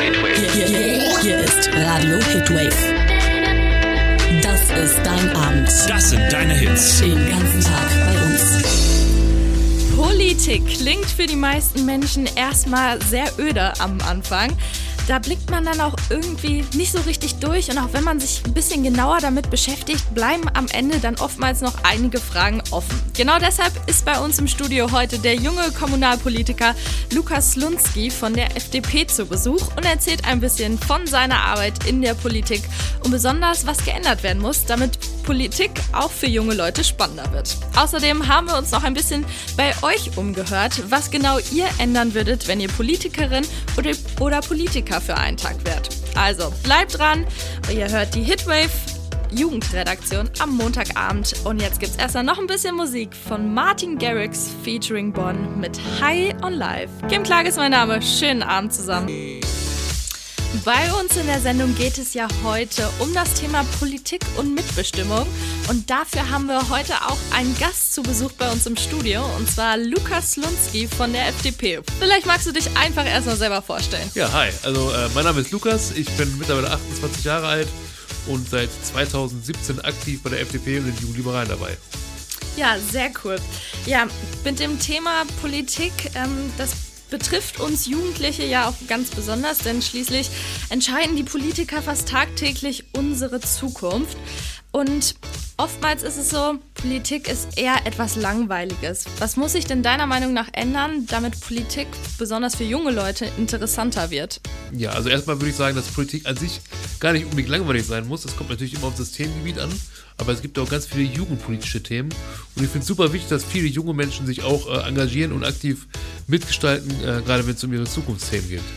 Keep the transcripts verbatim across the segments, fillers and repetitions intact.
Hitwave. Hier, hier ist Radio Hitwave. Das ist dein Abend. Das sind deine Hits. Den ganzen Tag bei uns. Politik klingt für die meisten Menschen erstmal sehr öde am Anfang. Da blickt man dann auch irgendwie nicht so richtig durch und auch wenn man sich ein bisschen genauer damit beschäftigt, bleiben am Ende dann oftmals noch einige Fragen offen. Genau deshalb ist bei uns im Studio heute der junge Kommunalpolitiker Lukas Slunski von der F D P zu Besuch und erzählt ein bisschen von seiner Arbeit in der Politik und besonders, was geändert werden muss, damit Politik auch für junge Leute spannender wird. Außerdem haben wir uns noch ein bisschen bei euch umgehört, was genau ihr ändern würdet, wenn ihr Politikerin oder, oder Politiker für einen Tag wärt. Also bleibt dran, ihr hört die Hitwave Jugendredaktion am Montagabend und jetzt gibt's erstmal noch ein bisschen Musik von Martin Garrix featuring Bonn mit High on Life. Kim Clark ist mein Name, schönen Abend zusammen. Bei uns in der Sendung geht es ja heute um das Thema Politik und Mitbestimmung und dafür haben wir heute auch einen Gast zu Besuch bei uns im Studio und zwar Lukas Slunski von der F D P. Vielleicht magst du dich einfach erstmal selber vorstellen. Ja, hi, also äh, mein Name ist Lukas, ich bin mittlerweile achtundzwanzig Jahre alt und seit zweitausendsiebzehn aktiv bei der F D P und den Jungen-Liberalen dabei. Ja, sehr cool. Ja, mit dem Thema Politik, ähm, das betrifft uns Jugendliche ja auch ganz besonders, denn schließlich entscheiden die Politiker fast tagtäglich unsere Zukunft. Und oftmals ist es so, Politik ist eher etwas Langweiliges. Was muss sich denn deiner Meinung nach ändern, damit Politik besonders für junge Leute interessanter wird? Ja, also erstmal würde ich sagen, dass Politik an sich gar nicht unbedingt langweilig sein muss. Es kommt natürlich immer auf das Themengebiet an, aber es gibt auch ganz viele jugendpolitische Themen. Und ich finde es super wichtig, dass viele junge Menschen sich auch äh, engagieren und aktiv mitgestalten, äh, gerade wenn es um ihre Zukunftsthemen geht.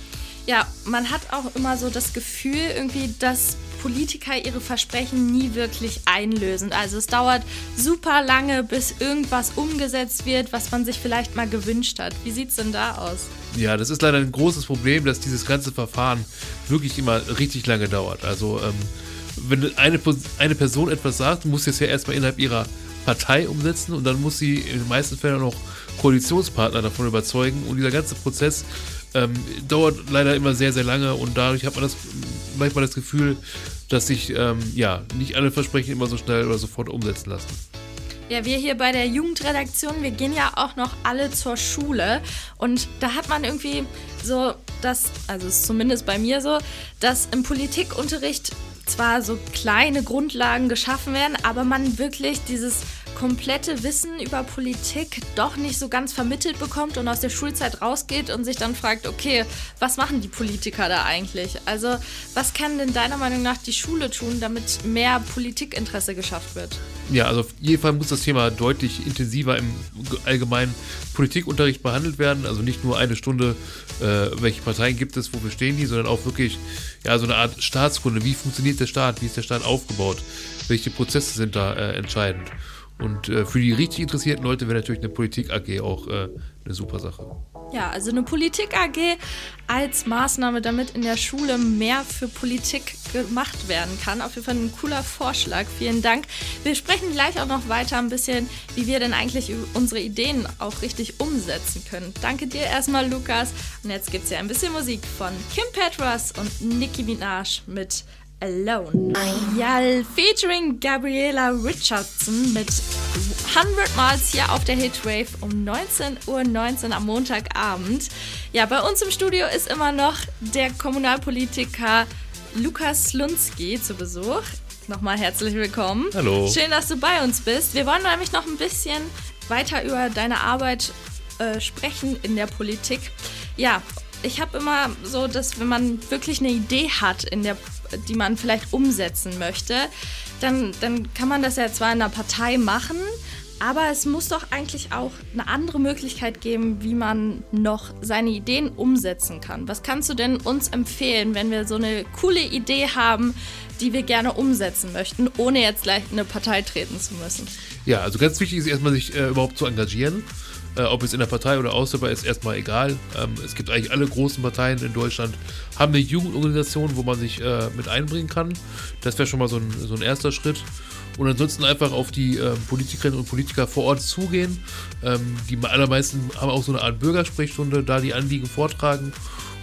Ja, man hat auch immer so das Gefühl irgendwie, dass Politiker ihre Versprechen nie wirklich einlösen. Also es dauert super lange, bis irgendwas umgesetzt wird, was man sich vielleicht mal gewünscht hat. Wie sieht's denn da aus? Ja, das ist leider ein großes Problem, dass dieses ganze Verfahren wirklich immer richtig lange dauert. Also ähm, wenn eine, eine Person etwas sagt, muss sie es ja erstmal innerhalb ihrer Partei umsetzen und dann muss sie in den meisten Fällen auch Koalitionspartner davon überzeugen und dieser ganze Prozess ähm, dauert leider immer sehr, sehr lange und dadurch hat man das manchmal das Gefühl, dass sich ähm, ja, nicht alle Versprechen immer so schnell oder sofort umsetzen lassen. Ja, wir hier bei der Jugendredaktion, wir gehen ja auch noch alle zur Schule und da hat man irgendwie so, das, also ist zumindest bei mir so, dass im Politikunterricht zwar so kleine Grundlagen geschaffen werden, aber man wirklich dieses komplette Wissen über Politik doch nicht so ganz vermittelt bekommt und aus der Schulzeit rausgeht und sich dann fragt, okay, was machen die Politiker da eigentlich? Also was kann denn deiner Meinung nach die Schule tun, damit mehr Politikinteresse geschafft wird? Ja, also auf jeden Fall muss das Thema deutlich intensiver im allgemeinen Politikunterricht behandelt werden. Also nicht nur eine Stunde, äh, welche Parteien gibt es, wofür stehen die, sondern auch wirklich ja, so eine Art Staatskunde. Wie funktioniert der Staat? Wie ist der Staat aufgebaut? Welche Prozesse sind da äh, entscheidend? Und äh, für die richtig interessierten Leute wäre natürlich eine Politik-A G auch äh, eine super Sache. Ja, also eine Politik-A G als Maßnahme, damit in der Schule mehr für Politik gemacht werden kann. Auf jeden Fall ein cooler Vorschlag. Vielen Dank. Wir sprechen gleich auch noch weiter ein bisschen, wie wir denn eigentlich unsere Ideen auch richtig umsetzen können. Danke dir erstmal, Lukas. Und jetzt gibt es ja ein bisschen Musik von Kim Petras und Nicki Minaj mit Alone. Ja, featuring Gabriella Richardson mit hundert Miles hier auf der Hitwave um neunzehn Uhr neunzehn am Montagabend. Ja, bei uns im Studio ist immer noch der Kommunalpolitiker Lukas Slunski zu Besuch. Nochmal herzlich willkommen. Hallo. Schön, dass du bei uns bist. Wir wollen nämlich noch ein bisschen weiter über deine Arbeit äh, sprechen in der Politik. Ja, ich habe immer so, dass wenn man wirklich eine Idee hat, in der, die man vielleicht umsetzen möchte, dann, dann kann man das ja zwar in einer Partei machen, aber es muss doch eigentlich auch eine andere Möglichkeit geben, wie man noch seine Ideen umsetzen kann. Was kannst du denn uns empfehlen, wenn wir so eine coole Idee haben, die wir gerne umsetzen möchten, ohne jetzt gleich in eine Partei treten zu müssen? Ja, also ganz wichtig ist erstmal, sich äh, überhaupt zu engagieren. Äh, ob es in der Partei oder außerhalb ist, erstmal egal. Ähm, es gibt eigentlich alle großen Parteien in Deutschland, haben eine Jugendorganisation, wo man sich äh, mit einbringen kann. Das wäre schon mal so ein, so ein erster Schritt. Und ansonsten einfach auf die äh, Politikerinnen und Politiker vor Ort zugehen. Ähm, die allermeisten haben auch so eine Art Bürgersprechstunde, da die Anliegen vortragen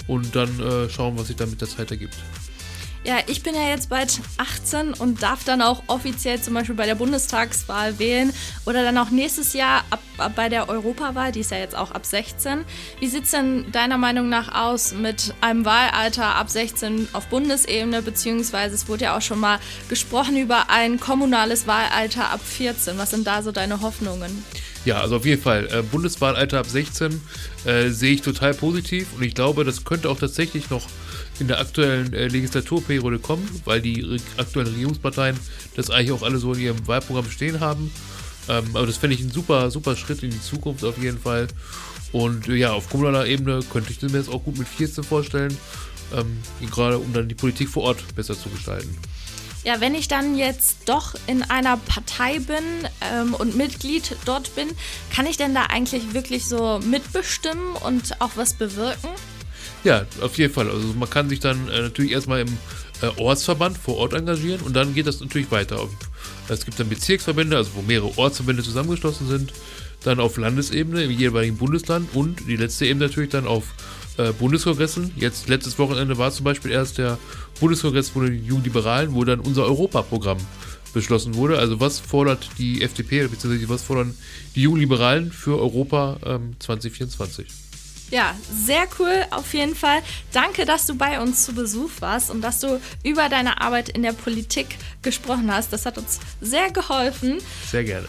und dann äh, schauen, was sich dann mit der Zeit ergibt. Ja, ich bin ja jetzt bald achtzehn und darf dann auch offiziell zum Beispiel bei der Bundestagswahl wählen oder dann auch nächstes Jahr ab, ab bei der Europawahl, die ist ja jetzt auch ab sechzehn. Wie sieht es denn deiner Meinung nach aus mit einem Wahlalter ab sechzehn auf Bundesebene, beziehungsweise es wurde ja auch schon mal gesprochen über ein kommunales Wahlalter ab vierzehn. Was sind da so deine Hoffnungen? Ja, also auf jeden Fall. Äh, Bundeswahlalter ab sechzehn äh, sehe ich total positiv und ich glaube, das könnte auch tatsächlich noch in der aktuellen äh, Legislaturperiode kommen, weil die re- aktuellen Regierungsparteien das eigentlich auch alle so in ihrem Wahlprogramm stehen haben. Ähm, aber das fände ich ein super, super Schritt in die Zukunft auf jeden Fall. Und äh, ja, auf kommunaler Ebene könnte ich mir das auch gut mit vierzehn vorstellen, ähm, gerade um dann die Politik vor Ort besser zu gestalten. Ja, wenn ich dann jetzt doch in einer Partei bin ähm, und Mitglied dort bin, kann ich denn da eigentlich wirklich so mitbestimmen und auch was bewirken? Ja, auf jeden Fall. Also man kann sich dann äh, natürlich erstmal im äh, Ortsverband vor Ort engagieren und dann geht das natürlich weiter. Auf, es gibt dann Bezirksverbände, also wo mehrere Ortsverbände zusammengeschlossen sind, dann auf Landesebene im jeweiligen Bundesland und die letzte Ebene natürlich dann auf äh, Bundeskongressen. Jetzt letztes Wochenende war zum Beispiel erst der Bundeskongress von den Jungen-Liberalen, wo dann unser Europaprogramm beschlossen wurde. Also was fordert die F D P, beziehungsweise was fordern die Jungen-Liberalen für Europa ähm, zwanzig vierundzwanzig? Ja, sehr cool auf jeden Fall. Danke, dass du bei uns zu Besuch warst und dass du über deine Arbeit in der Politik gesprochen hast. Das hat uns sehr geholfen. Sehr gerne.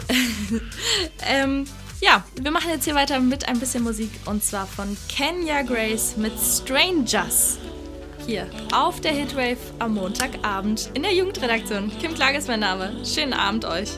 ähm, ja, wir machen jetzt hier weiter mit ein bisschen Musik und zwar von Kenya Grace mit Strangers. Hier auf der Hitwave am Montagabend in der Jugendredaktion. Kim Klage ist mein Name. Schönen Abend euch.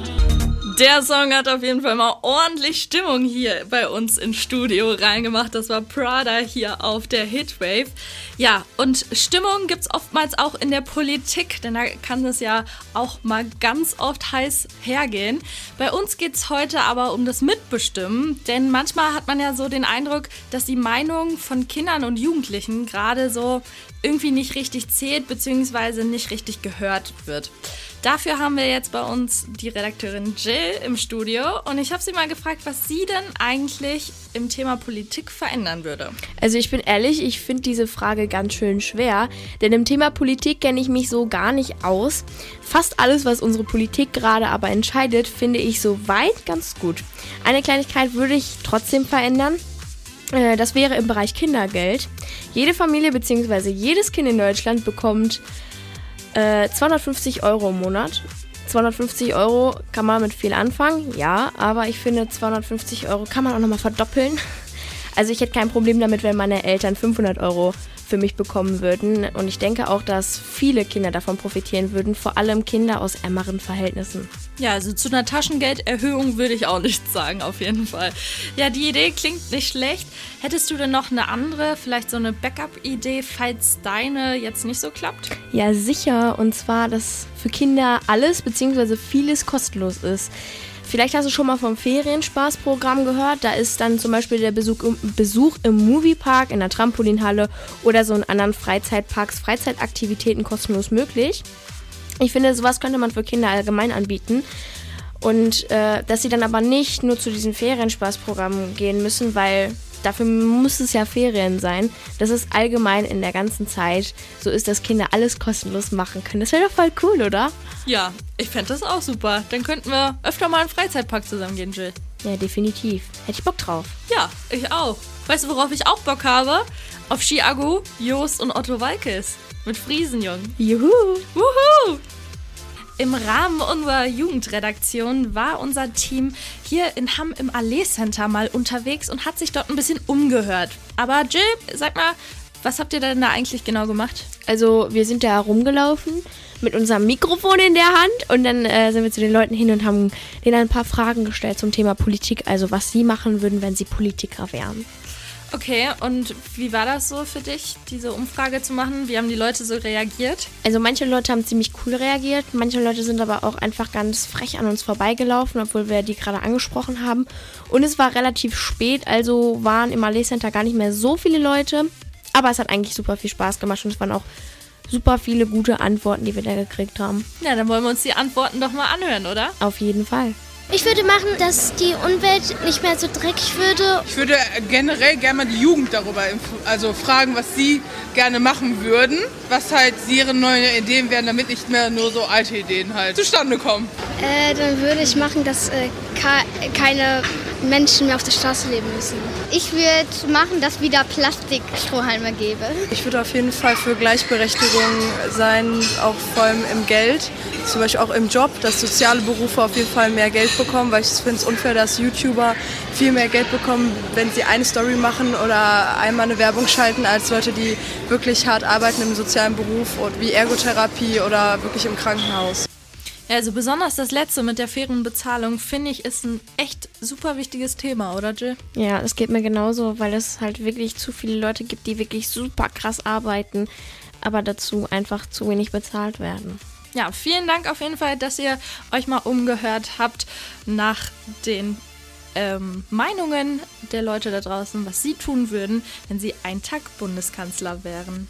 Der Song hat auf jeden Fall mal ordentlich Stimmung hier bei uns ins Studio reingemacht. Das war Prada hier auf der Hitwave. Ja, und Stimmung gibt es oftmals auch in der Politik, denn da kann es ja auch mal ganz oft heiß hergehen. Bei uns geht es heute aber um das Mitbestimmen, denn manchmal hat man ja so den Eindruck, dass die Meinung von Kindern und Jugendlichen gerade so irgendwie nicht richtig zählt bzw. nicht richtig gehört wird. Dafür haben wir jetzt bei uns die Redakteurin Jill im Studio und ich habe sie mal gefragt, was sie denn eigentlich im Thema Politik verändern würde. Also ich bin ehrlich, ich finde diese Frage ganz schön schwer, denn im Thema Politik kenne ich mich so gar nicht aus. Fast alles, was unsere Politik gerade aber entscheidet, finde ich soweit ganz gut. Eine Kleinigkeit würde ich trotzdem verändern. Das wäre im Bereich Kindergeld. Jede Familie bzw. jedes Kind in Deutschland bekommt Äh, zweihundertfünfzig Euro im Monat. zweihundertfünfzig Euro kann man mit viel anfangen, ja, aber ich finde zweihundertfünfzig Euro kann man auch nochmal verdoppeln. Also ich hätte kein Problem damit, wenn meine Eltern fünfhundert Euro für mich bekommen würden und ich denke auch, dass viele Kinder davon profitieren würden, vor allem Kinder aus ärmeren Verhältnissen. Ja, also zu einer Taschengelderhöhung würde ich auch nichts sagen, auf jeden Fall. Ja, die Idee klingt nicht schlecht. Hättest du denn noch eine andere, vielleicht so eine Backup-Idee, falls deine jetzt nicht so klappt? Ja, sicher. Und zwar, dass für Kinder alles bzw. vieles kostenlos ist. Vielleicht hast du schon mal vom Ferienspaßprogramm gehört. Da ist dann zum Beispiel der Besuch im, Besuch im Moviepark, in der Trampolinhalle oder so in anderen Freizeitparks, Freizeitaktivitäten kostenlos möglich. Ich finde, sowas könnte man für Kinder allgemein anbieten. Und äh, dass sie dann aber nicht nur zu diesen Ferienspaßprogrammen gehen müssen, weil dafür muss es ja Ferien sein. Dass es allgemein in der ganzen Zeit so ist, dass Kinder alles kostenlos machen können. Das wäre doch voll cool, oder? Ja, ich fände das auch super. Dann könnten wir öfter mal in einen Freizeitpark zusammen gehen, Jill. Ja, definitiv. Hätte ich Bock drauf. Ja, ich auch. Weißt du, worauf ich auch Bock habe? Auf Ski-Agu, Jost und Otto Walkes. Mit Friesenjungen. Juhu! Wuhu! Im Rahmen unserer Jugendredaktion war unser Team hier in Hamm im Allee Center mal unterwegs und hat sich dort ein bisschen umgehört. Aber Jill, sag mal, was habt ihr denn da eigentlich genau gemacht? Also wir sind da herumgelaufen mit unserem Mikrofon in der Hand und dann äh, sind wir zu den Leuten hin und haben denen ein paar Fragen gestellt zum Thema Politik, also was sie machen würden, wenn sie Politiker wären. Okay, und wie war das so für dich, diese Umfrage zu machen? Wie haben die Leute so reagiert? Also manche Leute haben ziemlich cool reagiert, manche Leute sind aber auch einfach ganz frech an uns vorbeigelaufen, obwohl wir die gerade angesprochen haben. Und es war relativ spät, also waren im Allee Center gar nicht mehr so viele Leute. Aber es hat eigentlich super viel Spaß gemacht und es waren auch super viele gute Antworten, die wir da gekriegt haben. Ja, dann wollen wir uns die Antworten doch mal anhören, oder? Auf jeden Fall. Ich würde machen, dass die Umwelt nicht mehr so dreckig würde. Ich würde generell gerne mal die Jugend darüber also fragen, was sie gerne machen würden, was halt ihre neuen Ideen wären, damit nicht mehr nur so alte Ideen halt zustande kommen. Äh, dann würde ich machen, dass äh, ka- keine Menschen mehr auf der Straße leben müssen. Ich würde machen, dass wieder Plastikstrohhalme gäbe. Ich würde auf jeden Fall für Gleichberechtigung sein, auch vor allem im Geld. Zum Beispiel auch im Job, dass soziale Berufe auf jeden Fall mehr Geld bekommen, weil ich finde es unfair, dass YouTuber viel mehr Geld bekommen, wenn sie eine Story machen oder einmal eine Werbung schalten, als Leute, die wirklich hart arbeiten im sozialen Beruf wie Ergotherapie oder wirklich im Krankenhaus. Also besonders das Letzte mit der fairen Bezahlung, finde ich, ist ein echt super wichtiges Thema, oder Jill? Ja, das geht mir genauso, weil es halt wirklich zu viele Leute gibt, die wirklich super krass arbeiten, aber dazu einfach zu wenig bezahlt werden. Ja, vielen Dank auf jeden Fall, dass ihr euch mal umgehört habt nach den ähm, Meinungen der Leute da draußen, was sie tun würden, wenn sie einen Tag Bundeskanzler wären.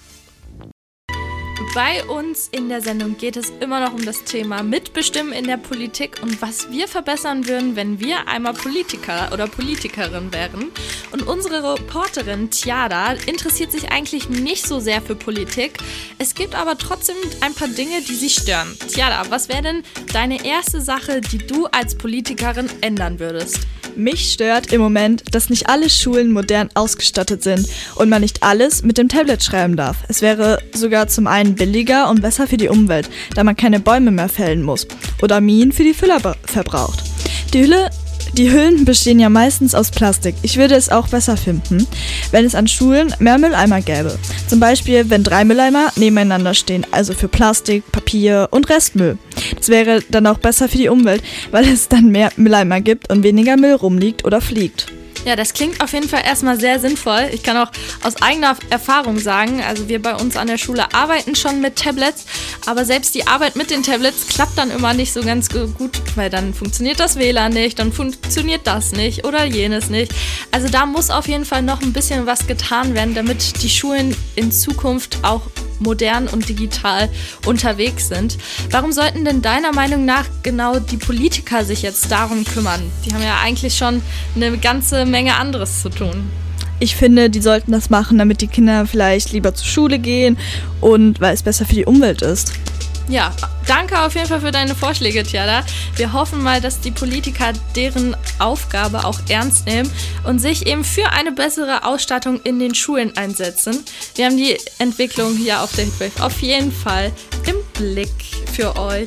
Bei uns in der Sendung geht es immer noch um das Thema Mitbestimmen in der Politik und was wir verbessern würden, wenn wir einmal Politiker oder Politikerin wären. Und unsere Reporterin Tiada interessiert sich eigentlich nicht so sehr für Politik. Es gibt aber trotzdem ein paar Dinge, die sie stören. Tiada, was wäre denn deine erste Sache, die du als Politikerin ändern würdest? Mich stört im Moment, dass nicht alle Schulen modern ausgestattet sind und man nicht alles mit dem Tablet schreiben darf. Es wäre sogar zum einen billiger und besser für die Umwelt, da man keine Bäume mehr fällen muss oder Minen für die Füller be- verbraucht. Die Hülle Die Hüllen bestehen ja meistens aus Plastik. Ich würde es auch besser finden, wenn es an Schulen mehr Mülleimer gäbe. Zum Beispiel, wenn drei Mülleimer nebeneinander stehen, also für Plastik, Papier und Restmüll. Das wäre dann auch besser für die Umwelt, weil es dann mehr Mülleimer gibt und weniger Müll rumliegt oder fliegt. Ja, das klingt auf jeden Fall erstmal sehr sinnvoll. Ich kann auch aus eigener Erfahrung sagen, also wir bei uns an der Schule arbeiten schon mit Tablets, aber selbst die Arbeit mit den Tablets klappt dann immer nicht so ganz gut, weil dann funktioniert das W L A N nicht, dann funktioniert das nicht oder jenes nicht. Also da muss auf jeden Fall noch ein bisschen was getan werden, damit die Schulen in Zukunft auch modern und digital unterwegs sind. Warum sollten denn deiner Meinung nach genau die Politiker sich jetzt darum kümmern? Die haben ja eigentlich schon eine ganze Menge anderes zu tun. Ich finde, die sollten das machen, damit die Kinder vielleicht lieber zur Schule gehen und weil es besser für die Umwelt ist. Ja, danke auf jeden Fall für deine Vorschläge, Tiada. Wir hoffen mal, dass die Politiker deren Aufgabe auch ernst nehmen und sich eben für eine bessere Ausstattung in den Schulen einsetzen. Wir haben die Entwicklung hier auf der Hitwave auf jeden Fall im Blick für euch.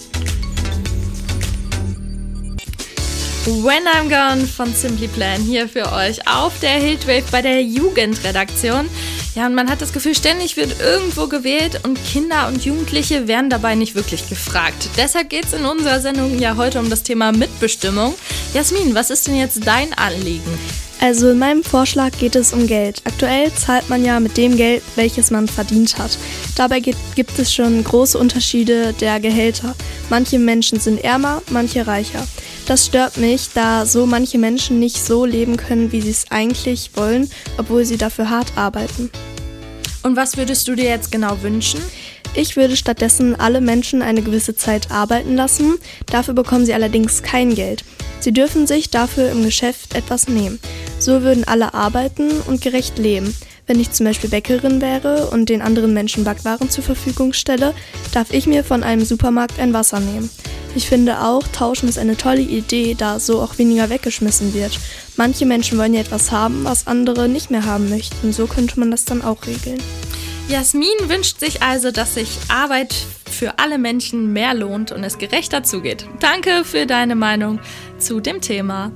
When I'm Gone von Simply Plan hier für euch auf der Hitwave bei der Jugendredaktion. Ja, und man hat das Gefühl, ständig wird irgendwo gewählt und Kinder und Jugendliche werden dabei nicht wirklich gefragt. Deshalb geht es in unserer Sendung ja heute um das Thema Mitbestimmung. Jasmin, was ist denn jetzt dein Anliegen? Also in meinem Vorschlag geht es um Geld. Aktuell zahlt man ja mit dem Geld, welches man verdient hat. Dabei gibt, gibt es schon große Unterschiede der Gehälter. Manche Menschen sind ärmer, manche reicher. Das stört mich, da so manche Menschen nicht so leben können, wie sie es eigentlich wollen, obwohl sie dafür hart arbeiten. Und was würdest du dir jetzt genau wünschen? Ich würde stattdessen alle Menschen eine gewisse Zeit arbeiten lassen, dafür bekommen sie allerdings kein Geld. Sie dürfen sich dafür im Geschäft etwas nehmen. So würden alle arbeiten und gerecht leben. Wenn ich zum Beispiel Bäckerin wäre und den anderen Menschen Backwaren zur Verfügung stelle, darf ich mir von einem Supermarkt ein Wasser nehmen. Ich finde auch, Tauschen ist eine tolle Idee, da so auch weniger weggeschmissen wird. Manche Menschen wollen ja etwas haben, was andere nicht mehr haben möchten. So könnte man das dann auch regeln. Jasmin wünscht sich also, dass sich Arbeit für alle Menschen mehr lohnt und es gerechter zugeht. Danke für deine Meinung zu dem Thema.